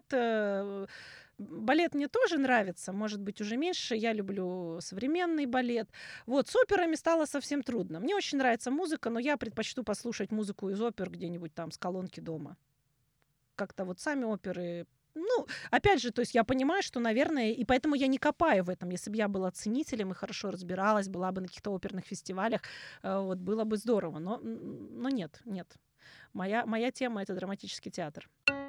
балет мне тоже нравится, может быть, уже меньше. Я люблю современный балет. Вот, с операми стало совсем трудно. Мне очень нравится музыка, но я предпочту послушать музыку из опер где-нибудь там с колонки дома. Как-то вот сами оперы. Ну, опять же, то есть я понимаю, что, наверное, и поэтому я не копаю в этом. Если бы я была ценителем и хорошо разбиралась, была бы на каких-то оперных фестивалях, вот, было бы здорово. Но нет. Моя тема — это драматический театр.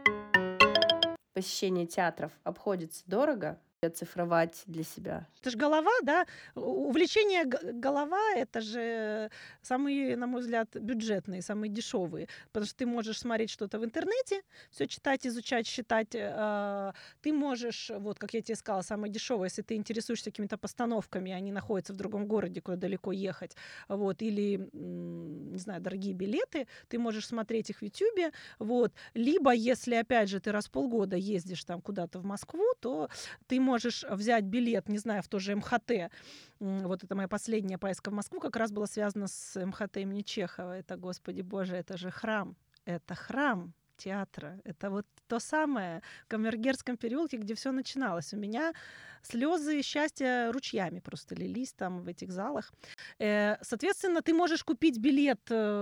Посещение театров обходится дорого? Оцифровать для себя? Это ж голова, да? Увлечение голова — это же самые, на мой взгляд, бюджетные, самые дешевые. Потому что ты можешь смотреть что-то в интернете, все читать, изучать, считать. Ты можешь, вот как я тебе сказала, самое дешевое, если ты интересуешься какими-то постановками, они находятся в другом городе, куда далеко ехать, вот, или, не знаю, дорогие билеты, ты можешь смотреть их в Ютьюбе, вот. Либо, если, опять же, ты раз в полгода ездишь там куда-то в Москву, то ты можешь взять билет, не знаю, в то же МХТ. Вот это моя последняя поездка в Москву как раз была связана с МХТ имени Чехова. Это, Господи Боже, это же храм. Это храм театра. Это вот то самое в Камергерском переулке, где все начиналось. У меня слезы счастья ручьями просто лились там в этих залах. Соответственно, ты можешь купить билет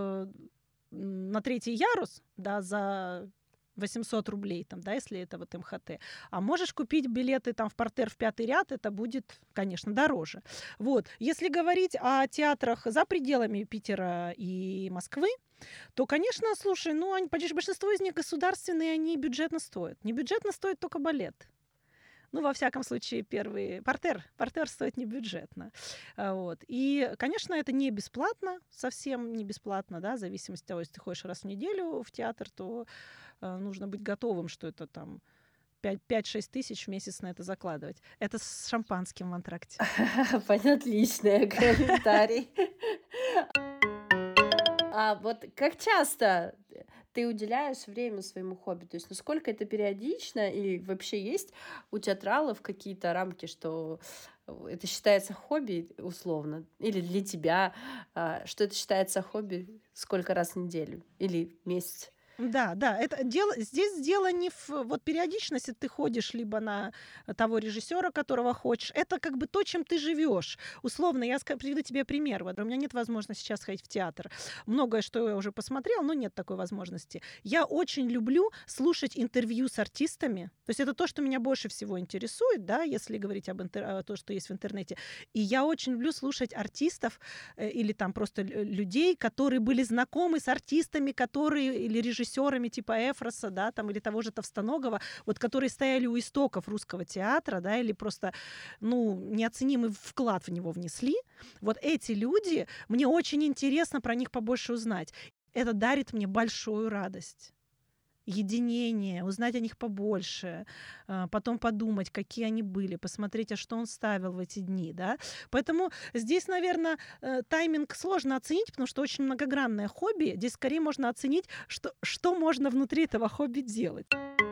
на третий ярус, да, за 800 рублей, там, да, если это вот МХТ. А можешь купить билеты там в партер в 5-й ряд, это будет, конечно, дороже. Вот. Если говорить о театрах за пределами Питера и Москвы, то, конечно, слушай, ну, большинство из них государственные, они бюджетно стоят. Не бюджетно стоит только балет. Ну, во всяком случае, первый партер стоит не бюджетно. Вот. И, конечно, это не бесплатно, совсем не бесплатно, да, в зависимости от того, если ты ходишь раз в неделю в театр, то нужно быть готовым, что это там 5-6 тысяч в месяц на это закладывать. Это с шампанским в антракте. Отличный комментарий. А вот как часто ты уделяешь время своему хобби? То есть насколько это периодично или вообще есть у театралов какие-то рамки, что это считается хобби условно? Или для тебя, что это считается хобби сколько раз в неделю или в месяц? Да, да, это дело, здесь дело не в вот периодичности, ты ходишь либо на того режиссера, которого хочешь. Это как бы то, чем ты живешь. Условно, приведу тебе пример. Вот у меня нет возможности сейчас ходить в театр. Многое, что я уже посмотрела, но нет такой возможности. Я очень люблю слушать интервью с артистами. То есть это то, что меня больше всего интересует, да, если говорить об то, что есть в интернете. И я очень люблю слушать артистов или там просто людей, которые были знакомы с артистами, которые или режиссерами типа Эфроса, да, там, или того же Товстоногова, вот, которые стояли у истоков русского театра, да, или просто, ну, неоценимый вклад в него внесли. Вот эти люди, мне очень интересно про них побольше узнать. Это дарит мне большую радость. Единение, узнать о них побольше, потом подумать, какие они были, посмотреть, а что он ставил в эти дни, да. Поэтому здесь, наверное, тайминг сложно оценить, потому что очень многогранное хобби. Здесь скорее можно оценить, что можно внутри этого хобби делать.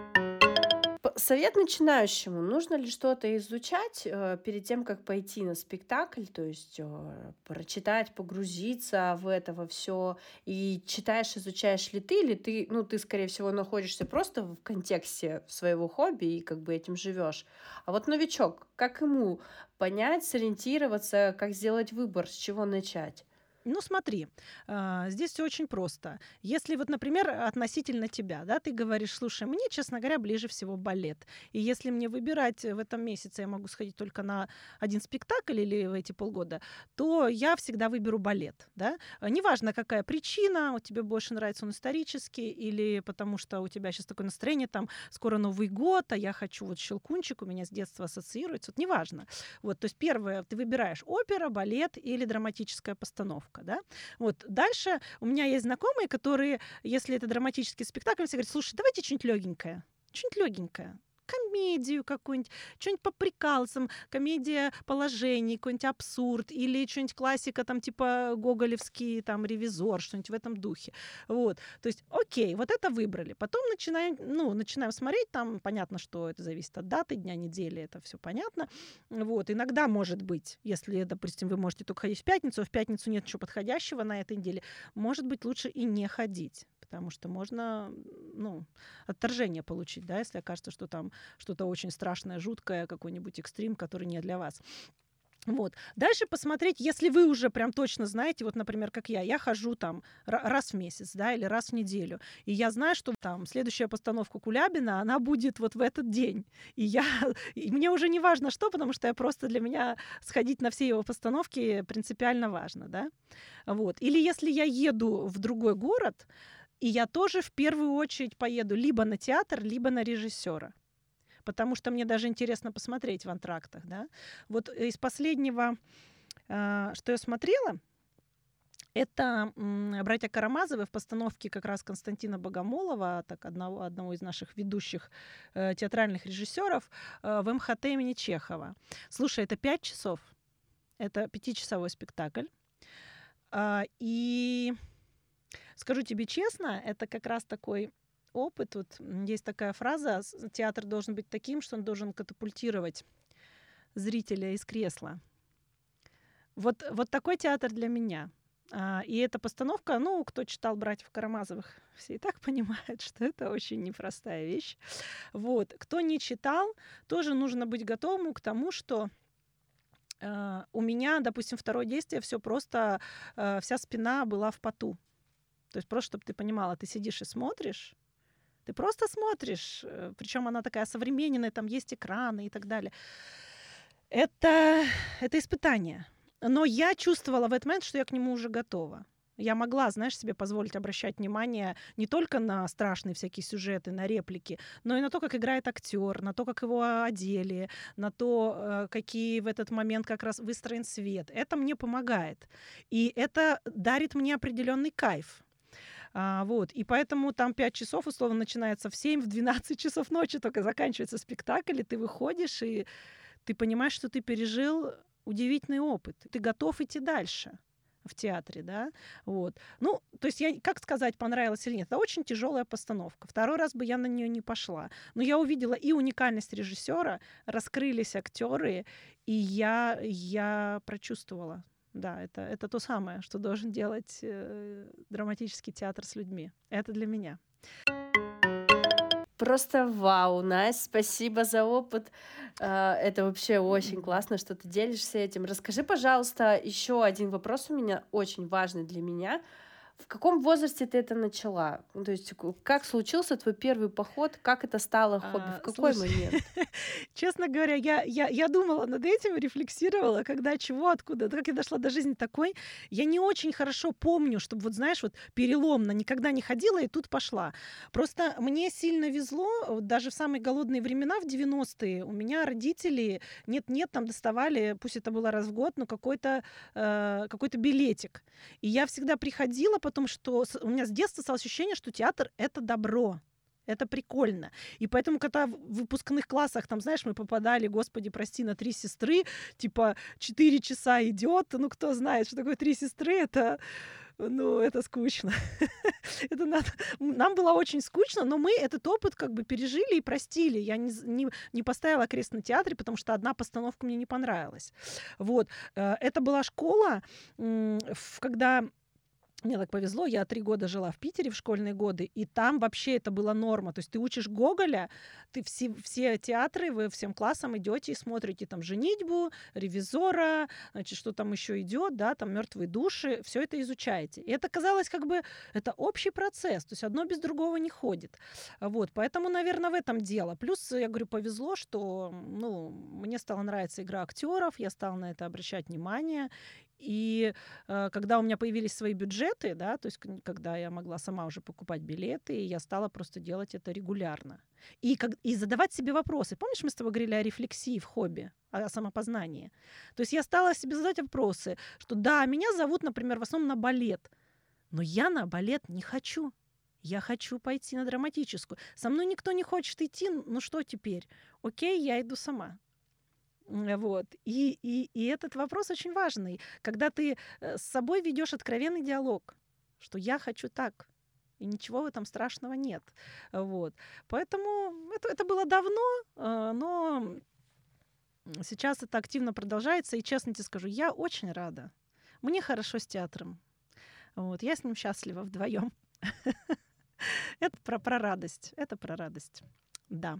Совет начинающему: нужно ли что-то изучать перед тем, как пойти на спектакль, то есть прочитать, погрузиться в это во все, и читаешь, изучаешь ли ты, или ты, ну, ты, скорее всего, находишься просто в контексте своего хобби и как бы этим живешь. А вот новичок, как ему понять, сориентироваться, как сделать выбор, с чего начать? Ну, смотри, здесь все очень просто. Если вот, например, относительно тебя, да, ты говоришь: "Слушай, мне, честно говоря, ближе всего балет. И если мне выбирать в этом месяце, я могу сходить только на один спектакль или в эти полгода, то я всегда выберу балет", да. Неважно, какая причина, вот тебе больше нравится он исторический или потому что у тебя сейчас такое настроение, там, скоро Новый год, а я хочу вот "Щелкунчик", у меня с детства ассоциируется, вот неважно. Вот, то есть первое, ты выбираешь: опера, балет или драматическая постановка, да. Вот. Дальше у меня есть знакомые, которые, если это драматический спектакль, все говорят: "Слушай, давайте что-нибудь легенькое, что-нибудь легенькое, комедию какую-нибудь, что-нибудь по прикалцам, комедия положений, какой-нибудь абсурд или что-нибудь классика, там типа гоголевский, там "Ревизор", что-нибудь в этом духе". Вот. То есть, окей, вот это выбрали. Потом начинаем смотреть, там понятно, что это зависит от даты, дня недели, это все понятно. Вот. Иногда, может быть, если, допустим, вы можете только ходить в пятницу, а в пятницу нет ничего подходящего на этой неделе, может быть, лучше и не ходить, потому что можно, ну, отторжение получить, да, если окажется, что там что-то очень страшное, жуткое, какой-нибудь экстрим, который не для вас. Вот. Дальше посмотреть, если вы уже прям точно знаете, вот, например, как я хожу там раз в месяц, да, или раз в неделю, и я знаю, что там следующая постановка Кулябина, она будет вот в этот день. И и мне уже не важно что, потому что для меня сходить на все его постановки принципиально важно, да. Вот. Или если я еду в другой город, и я тоже в первую очередь поеду либо на театр, либо на режиссера, потому что мне даже интересно посмотреть в антрактах, да. Вот из последнего, что я смотрела, это братья Карамазовы в постановке как раз Константина Богомолова, так одного из наших ведущих театральных режиссеров, в МХТ имени Чехова. Слушай, это 5 часов, это пятичасовой спектакль. И скажу тебе честно, это как раз такой опыт. Вот есть такая фраза: театр должен быть таким, что он должен катапультировать зрителя из кресла. Вот такой театр для меня. И эта постановка, ну, кто читал «Братьев Карамазовых», все и так понимают, что это очень непростая вещь. Вот. Кто не читал, тоже нужно быть готовым к тому, что у меня, допустим, второе действие, все просто, вся спина была в поту. То есть просто, чтобы ты понимала, ты сидишь и смотришь, ты просто смотришь, причем она такая современная, там есть экраны и так далее. Это испытание. Но я чувствовала в этот момент, что я к нему уже готова. Я могла, знаешь, себе позволить обращать внимание не только на страшные всякие сюжеты, на реплики, но и на то, как играет актер, на то, как его одели, на то, какие в этот момент как раз выстроен свет. Это мне помогает. И это дарит мне определенный кайф. Вот. И поэтому там 5 часов, условно, начинается в 7, в 12 часов ночи только заканчивается спектакль, и ты выходишь, и ты понимаешь, что ты пережил удивительный опыт. Ты готов идти дальше в театре, да, вот. Ну, то есть как сказать, понравилось или нет, это очень тяжелая постановка. Второй раз бы я на нее не пошла. Но я увидела и уникальность режиссера, раскрылись актеры, и я прочувствовала. Да, это то самое, что должен делать драматический театр с людьми. Это для меня. Просто вау, Настя, спасибо за опыт. Это вообще очень классно, что ты делишься этим. Расскажи, пожалуйста, еще один вопрос у меня очень важный для меня. В каком возрасте ты это начала? Ну, то есть как случился твой первый поход, как это стало хобби, в какой Слушай, момент? честно говоря, я думала над этим, рефлексировала, когда, чего, откуда, да, как я дошла до жизни такой. Я не очень хорошо помню, чтобы, вот знаешь, вот переломно, никогда не ходила и тут пошла. Просто мне сильно везло, вот даже в самые голодные времена, в 90-е, у меня родители нет-нет, там доставали, пусть это было раз в год, но какой-то билетик. И я всегда приходила, потому что у меня с детства стало ощущение, что театр — это добро. Это прикольно. И поэтому, когда в выпускных классах, там, знаешь, мы попадали, господи, прости, на «Три сестры», типа 4 часа идет, ну, кто знает, что такое «Три сестры», это, ну, это скучно. Это нам было очень скучно, но мы этот опыт как бы пережили и простили. Я не поставила крест на театре, потому что одна постановка мне не понравилась. Вот. Это была школа, когда мне так повезло, я 3 года жила в Питере в школьные годы, и там вообще это была норма. То есть ты учишь Гоголя, ты все театры, вы всем классом идете и смотрите там «Женитьбу», «Ревизора», значит, что там еще идет, да, там «Мертвые души», все это изучаете. И это казалось как бы, это общий процесс, то есть одно без другого не ходит. Вот, поэтому, наверное, в этом дело. Плюс, я говорю, повезло, что, ну, мне стала нравиться игра актеров, я стала на это обращать внимание, и когда у меня появились свои бюджеты, да, то есть когда я могла сама уже покупать билеты, и я стала просто делать это регулярно. И задавать себе вопросы. Помнишь, мы с тобой говорили о рефлексии в хобби, о самопознании? То есть я стала себе задать вопросы, что да, меня зовут, например, в основном на балет, но я на балет не хочу. Я хочу пойти на драматическую. Со мной никто не хочет идти, ну что теперь? Окей, я иду сама. Вот. И этот вопрос очень важный, когда ты с собой ведешь откровенный диалог, что я хочу так, и ничего в этом страшного нет. Вот. Поэтому это было давно, но сейчас это активно продолжается, и честно тебе скажу, я очень рада. Мне хорошо с театром. Вот. Я с ним счастлива вдвоем. Это про радость. Это про радость. Да.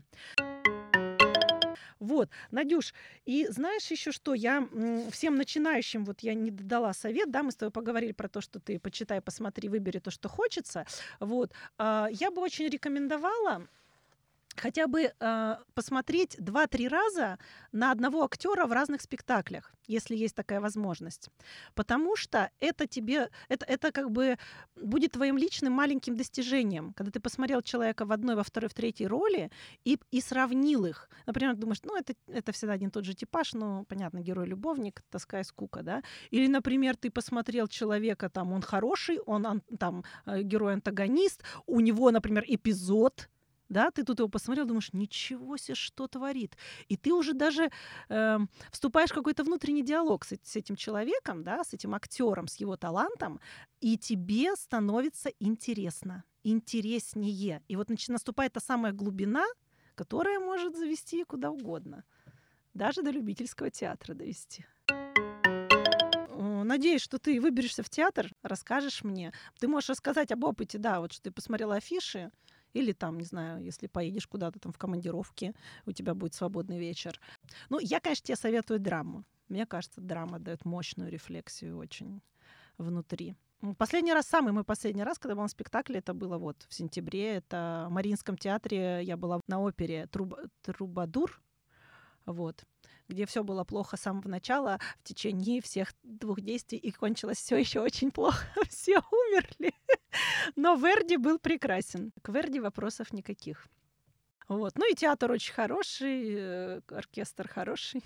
Вот, Надюш, и знаешь еще что? Я всем начинающим, вот я не дала совет, да, мы с тобой поговорили про то, что ты почитай, посмотри, выбери то, что хочется. Вот, я бы очень рекомендовала хотя бы посмотреть 2-3 раза на одного актера в разных спектаклях, если есть такая возможность. Потому что это как бы будет твоим личным маленьким достижением, когда ты посмотрел человека в одной, во второй, в третьей роли и сравнил их. Например, думаешь, ну, это всегда один и тот же типаж, ну, понятно, герой-любовник, тоска и скука, да. Или, например, ты посмотрел человека, там, он хороший, там, герой-антагонист, у него, например, эпизод, да, ты тут его посмотрел, думаешь, ничего себе, что творит. И ты уже даже вступаешь в какой-то внутренний диалог с этим человеком, да, с этим актером, с его талантом, и тебе становится интересно, интереснее. И вот наступает та самая глубина, которая может завести куда угодно. Даже до любительского театра довести. Надеюсь, что ты выберешься в театр, расскажешь мне. Ты можешь рассказать об опыте, да, вот что ты посмотрела афиши, или там, не знаю, если поедешь куда-то там в командировке, у тебя будет свободный вечер. Ну, я, конечно, тебе советую драму. Мне кажется, драма дает мощную рефлексию очень внутри. Самый мой последний раз, когда был на спектакле, это было вот в сентябре. Это в Мариинском театре. Я была на опере «Трубадур», вот, где все было плохо с самого начала, в течение всех 2 действий, и кончилось все еще очень плохо. Все умерли. Но Верди был прекрасен. К Верди вопросов никаких. Вот. Ну и театр очень хороший, оркестр хороший.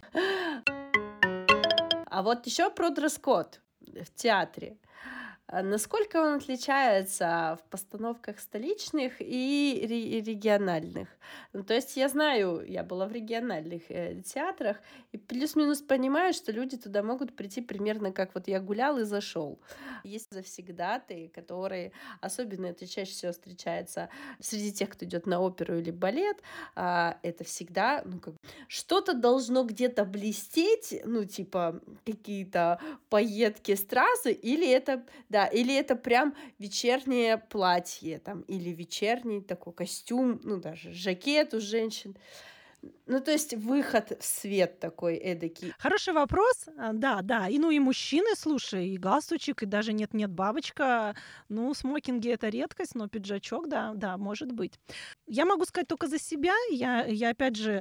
А вот еще про дресс-код в театре. Насколько он отличается в постановках столичных и региональных? Ну, то есть я знаю, я была в региональных театрах, и плюс-минус понимаю, что люди туда могут прийти примерно как вот я гулял и зашел. Есть завсегдатые, которые, особенно это чаще всего встречается среди тех, кто идет на оперу или балет, это всегда, ну, как что-то должно где-то блестеть, ну, типа какие-то пайетки, стразы, или это Да, или это прям вечернее платье, там, или вечерний такой костюм, ну, даже жакет у женщин. Ну, то есть выход в свет такой эдакий. Хороший вопрос. Да, да. И, ну, и мужчины, слушай, и галстучек, и даже нет-нет бабочка. Ну, смокинги — это редкость, но пиджачок, да, да, может быть. Я могу сказать только за себя. Я опять же,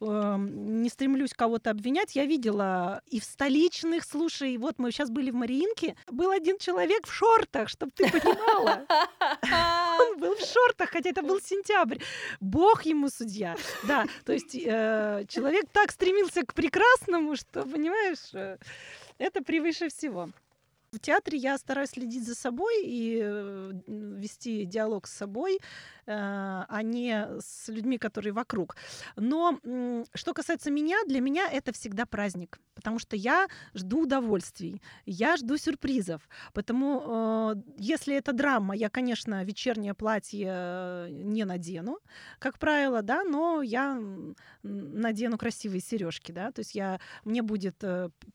не стремлюсь кого-то обвинять. Я видела и в столичных, слушай, вот мы сейчас были в Мариинке, был один человек в шортах, чтобы ты понимала. Он был в шортах, хотя это был сентябрь. Бог ему судья. Да, то есть человек так стремился к прекрасному, что, понимаешь, это превыше всего. В театре я стараюсь следить за собой и вести диалог с собой, а не с людьми, которые вокруг. Но что касается меня, для меня это всегда праздник, потому что я жду удовольствий, я жду сюрпризов. Поэтому, если это драма, я, конечно, вечернее платье не надену, как правило, да, но я надену красивые сережки, да, то есть мне будет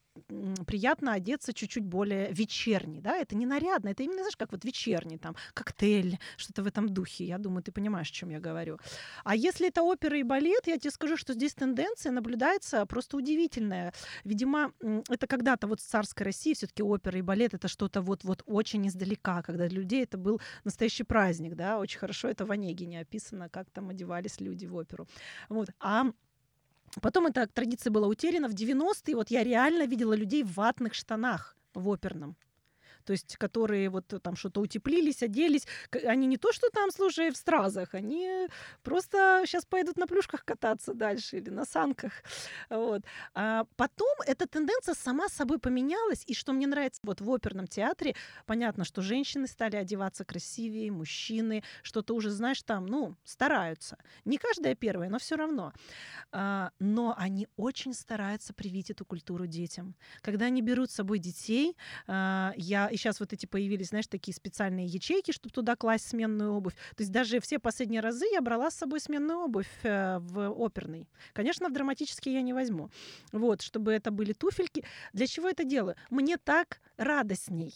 приятно одеться чуть-чуть более вечерний, да, это не нарядно, это именно, знаешь, как вот вечерний, там, коктейль, что-то в этом духе, я думаю, ты понимаешь, о чем я говорю. А если это опера и балет, я тебе скажу, что здесь тенденция наблюдается просто удивительная. Видимо, это когда-то вот в царской России все-таки опера и балет — это что-то вот очень издалека, когда для людей это был настоящий праздник, да, очень хорошо это в Онегине описано, как там одевались люди в оперу. Вот. А потом эта традиция была утеряна в 90-е. Вот я реально видела людей в ватных штанах в оперном. То есть, которые вот там что-то утеплились, оделись. Они не то, что там, слушай, в стразах, они просто сейчас пойдут на плюшках кататься дальше или на санках. Вот. А потом эта тенденция сама собой поменялась. И что мне нравится вот в оперном театре, понятно, что женщины стали одеваться красивее, мужчины что-то уже, знаешь, там, ну, стараются. Не каждая первая, но все равно. Но они очень стараются привить эту культуру детям. Когда они берут с собой детей, и сейчас вот эти появились, знаешь, такие специальные ячейки, чтобы туда класть сменную обувь. То есть даже все последние разы я брала с собой сменную обувь в оперный. Конечно, в драматический я не возьму. Вот, чтобы это были туфельки. Для чего это делаю? Мне так радостней.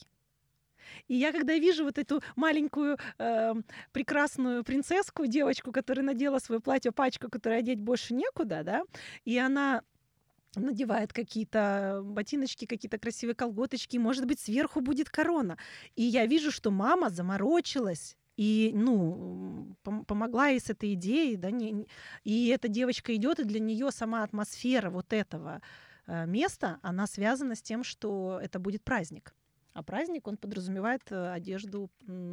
И я, когда вижу вот эту маленькую прекрасную принцесску, девочку, которая надела свое платье-пачку, которой одеть больше некуда, да, и она надевает какие-то ботиночки, какие-то красивые колготочки, может быть, сверху будет корона. И я вижу, что мама заморочилась и, ну, помогла ей с этой идеей, да, и эта девочка идет, и для нее сама атмосфера вот этого места, она связана с тем, что это будет праздник. А праздник, он подразумевает одежду,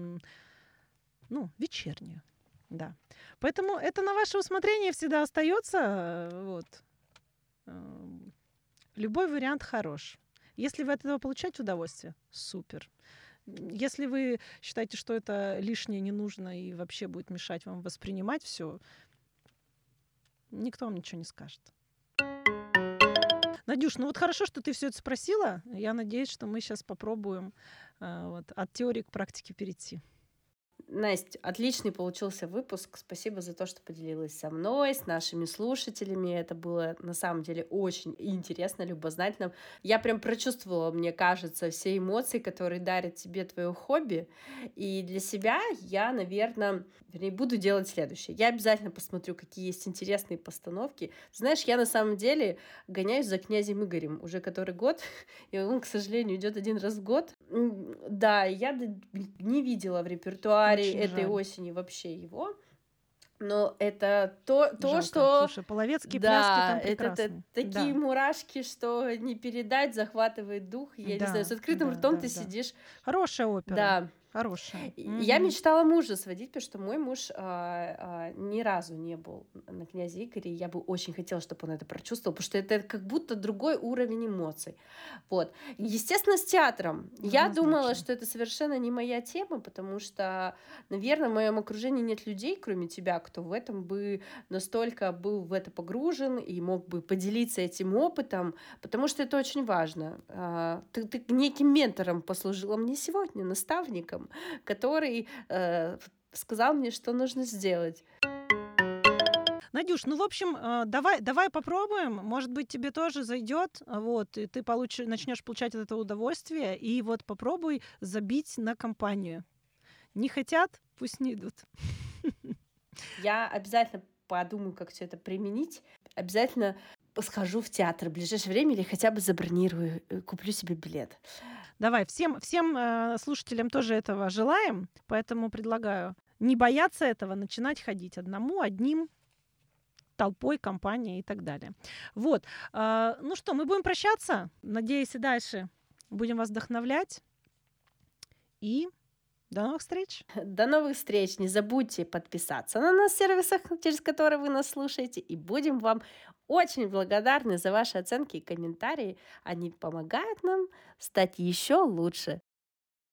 ну, вечернюю, да. Поэтому это на ваше усмотрение всегда остается, вот. Любой вариант хорош. Если вы от этого получаете удовольствие, супер. Если вы считаете, что это лишнее, не нужно и вообще будет мешать вам воспринимать все, никто вам ничего не скажет. Надюш, ну вот хорошо, что ты все это спросила. Я надеюсь, что мы сейчас попробуем от теории к практике перейти. Настя, отличный получился выпуск. Спасибо за то, что поделилась со мной, с нашими слушателями. Это было на самом деле очень интересно, любознательно. Я прям прочувствовала, мне кажется, все эмоции, которые дарит тебе твое хобби. И для себя я, наверное, буду делать следующее. Я обязательно посмотрю, какие есть интересные постановки. Знаешь, я на самом деле гоняюсь за князем Игорем уже который год, и он, к сожалению, идет один раз в год. Да, я не видела в репертуаре Очень этой жаль. осени вообще его. Но это то Жалко. что... Слушай, половецкие пляски Да, там это прекрасные. такие Да. мурашки, что не передать, захватывает дух. Я не знаю, с открытым ртом ты сидишь. Хорошая опера. Да. Хорошая. Я мечтала мужа сводить, потому что мой муж ни разу не был на князе Игоре, и я бы очень хотела, чтобы он это прочувствовал, потому что это как будто другой уровень эмоций. Вот. Естественно, с театром. Я Однозначно. думала, что это совершенно не моя тема, потому что, наверное, в моем окружении нет людей, кроме тебя, кто в этом бы настолько был в это погружен и мог бы поделиться этим опытом, потому что это очень важно. Ты неким ментором послужила мне сегодня, наставником, который сказал мне, что нужно сделать. Надюш, ну, в общем, давай попробуем. Может быть, тебе тоже зайдет, вот, и ты начнешь получать от этого удовольствие, и вот попробуй забить на компанию. Не хотят, пусть не идут. Я обязательно подумаю, как все это применить. Обязательно схожу в театр в ближайшее время или хотя бы забронирую, куплю себе билет. Давай, всем слушателям тоже этого желаем, поэтому предлагаю не бояться этого, начинать ходить одним, толпой, компанией и так далее. Вот. Ну что, мы будем прощаться. Надеюсь, и дальше будем вас вдохновлять. И до новых встреч. До новых встреч! Не забудьте подписаться на нас в сервисах, через которые вы нас слушаете, и будем вам очень благодарны за ваши оценки и комментарии. Они помогают нам стать еще лучше.